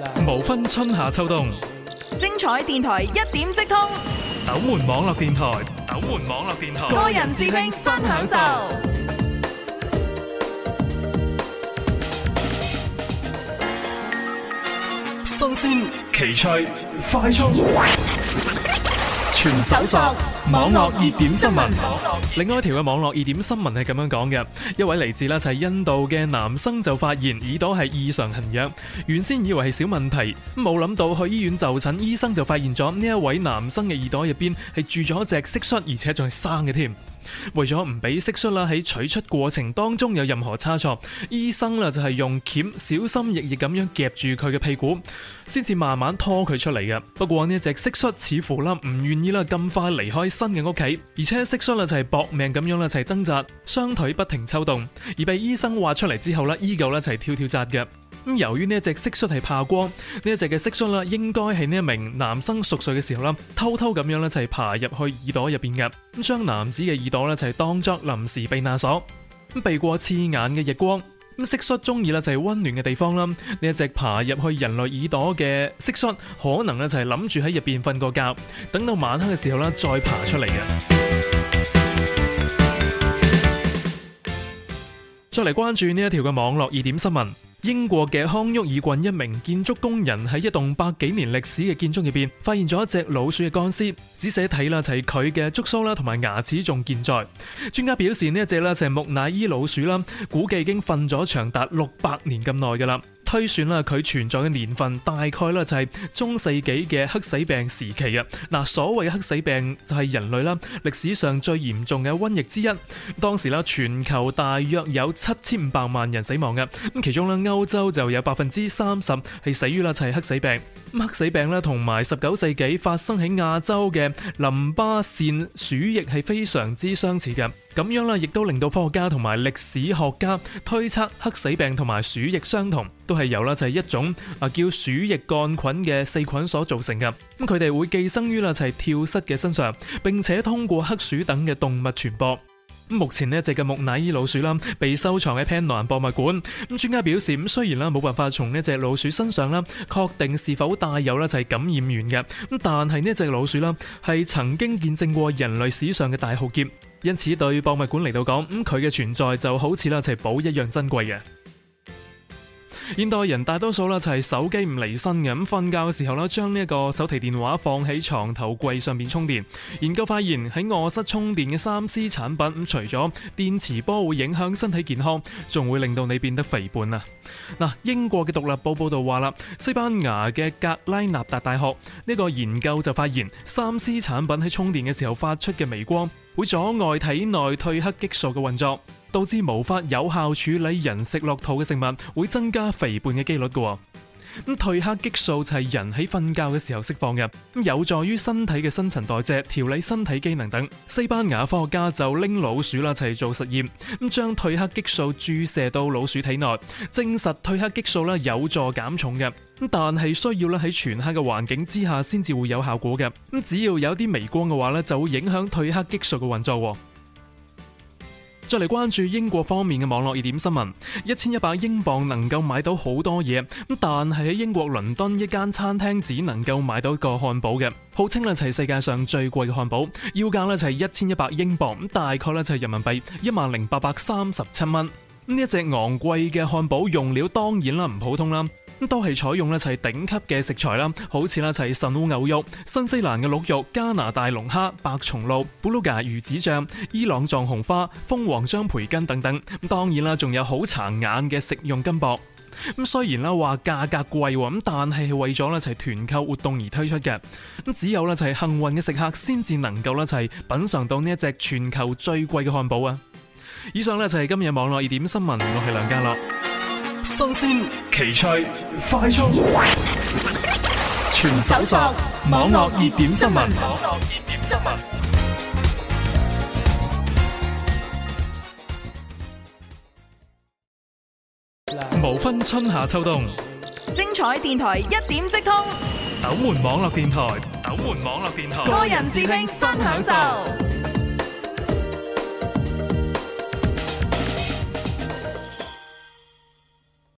無分春夏秋冬， 精彩電台一點即通， 斗門網絡電台， 個人視聽新享受。 新鮮奇趣快速全搜索網絡熱點新聞。另外一條嘅網絡熱點新聞係咁樣講嘅，一位嚟自就係印度嘅男生就發現耳朵係異常痕癢，原先以為係小問題，冇諗到去醫院就診，醫生就發現咗呢一位男生嘅耳朵入邊係住咗一隻蟋蟀，而且仲係生嘅添。為咗唔俾蟋蟀啦喺取出過程當中有任何差錯，醫生啦就係用鉗小心翼翼咁樣夾住佢嘅屁股，先至慢慢拖佢出嚟嘅。不過呢一隻蟋蟀似乎啦唔願意啦咁快離開新嘅屋企，而且蟋蟀啦就係搏命咁樣啦就係掙扎，雙腿不停抽動，而被醫生挖出嚟之後啦依舊咧就係跳跳紮嘅。咁由於呢一隻蟋蟀係怕光，呢一隻嘅蟋蟀啦，應該係呢一名男生熟睡嘅時候啦，偷偷咁樣咧就係爬入去耳朵入邊嘅，咁將男子嘅耳朵咧就係當作臨時避難所，咁避過刺眼嘅日光。咁蟋蟀中意啦就係溫暖嘅地方啦，呢一隻爬入去人類耳朵嘅蟋蟀，可能咧就係諗住喺入邊瞓個覺，等到晚黑嘅時候啦再爬出嚟嘅。再嚟關注呢一條嘅網絡熱點新聞。英國嘅康沃爾郡一名建築工人喺一棟100幾年歷史嘅建築入邊，發現咗一隻老鼠嘅乾屍，仔細睇啦就係佢嘅觸鬚啦同埋牙齒仲健在。專家表示呢一隻啦就係木乃伊老鼠啦，估計已經瞓咗長達600年咁耐噶啦。推算啦，佢存在嘅年份大概啦就係中世紀嘅黑死病時期啊！嗱，所謂嘅黑死病就係人類啦歷史上最嚴重嘅瘟疫之一。當時啦，全球大約有7500萬人死亡嘅，咁其中咧歐洲就有30%係死於啦就係黑死病。咁黑死病咧同埋19世紀發生喺亞洲嘅淋巴腺鼠疫係非常之相似嘅。咁樣啦，亦都令到科學家同埋歷史學家推測黑死病同埋鼠疫相同，都係由啦就係一種叫鼠疫桿菌嘅細菌所造成嘅。咁佢哋會寄生於啦就係跳蚤嘅身上，並且通過黑鼠等嘅動物傳播。目前呢一隻嘅木乃伊老鼠啦，被收藏喺潘蘭博物館。咁專家表示，咁雖然啦冇辦法從呢隻老鼠身上啦確定是否帶有啦就係感染源嘅，咁但係呢隻老鼠啦係曾經見證過人類史上嘅大浩劫，因此對博物館嚟到講，咁佢嘅存在就好似啦就係寶一樣珍貴嘅。現代人大多數啦就係手機唔離身嘅，咁瞓覺嘅時候啦，將呢一個手提電話放喺床頭櫃上面充電。研究發現喺臥室充電嘅3C 產品，咁除咗電磁波會影響身體健康，仲會令到你變得肥胖啊！嗱，英國嘅獨立報報道話啦，西班牙嘅格拉納達大學呢個研究就發現，3C 產品喺充電嘅時候發出嘅微光，會阻礙體內褪黑激素嘅運作，導致無法有效處理人食落肚嘅食物，會增加肥胖嘅機率嘅。咁褪黑激素就係人喺瞓覺嘅時候釋放嘅，咁有助於身體嘅新陳代謝、調理身體機能等。西班牙科學家就拎老鼠啦一齊做實驗，咁將褪黑激素注射到老鼠體內，證實褪黑激素啦有助減重嘅。咁但係需要咧喺全黑嘅環境之下先至會有效果嘅。咁只要有啲微光嘅話咧，就會影響褪黑激素嘅運作。再嚟關注英國方面嘅網絡熱點新聞，1100英鎊能夠買到好多嘢，咁但係喺英國倫敦一間餐廳只能夠買到一個漢堡嘅，號稱咧就係世界上最貴嘅漢堡，要價咧就係1100英鎊，咁大概咧就係人民幣10837蚊。呢一隻昂貴嘅漢堡用料當然啦唔普通啦。都係採用咧就係頂級嘅食材啦，好似啦就係神戶牛肉、新西蘭嘅鹿肉、加拿大龍蝦、白松露、布魯加魚子醬、伊朗藏紅花、鳳凰章培根等等。咁當然啦，仲有好殘眼嘅食用金箔。咁雖然啦話價格貴，咁但係為咗咧就係團購活動而推出嘅。咁只有咧就係幸運嘅食客先至能夠咧就係品嘗到呢一隻全球最貴嘅漢堡啊！以上咧就係今日網絡熱點新聞，我係梁家樂。新鮮奇趣快速全搜索網絡熱點新聞。無分春夏秋冬， 精彩電台一點即通， 斗門網絡電台， 個人視聽新享受。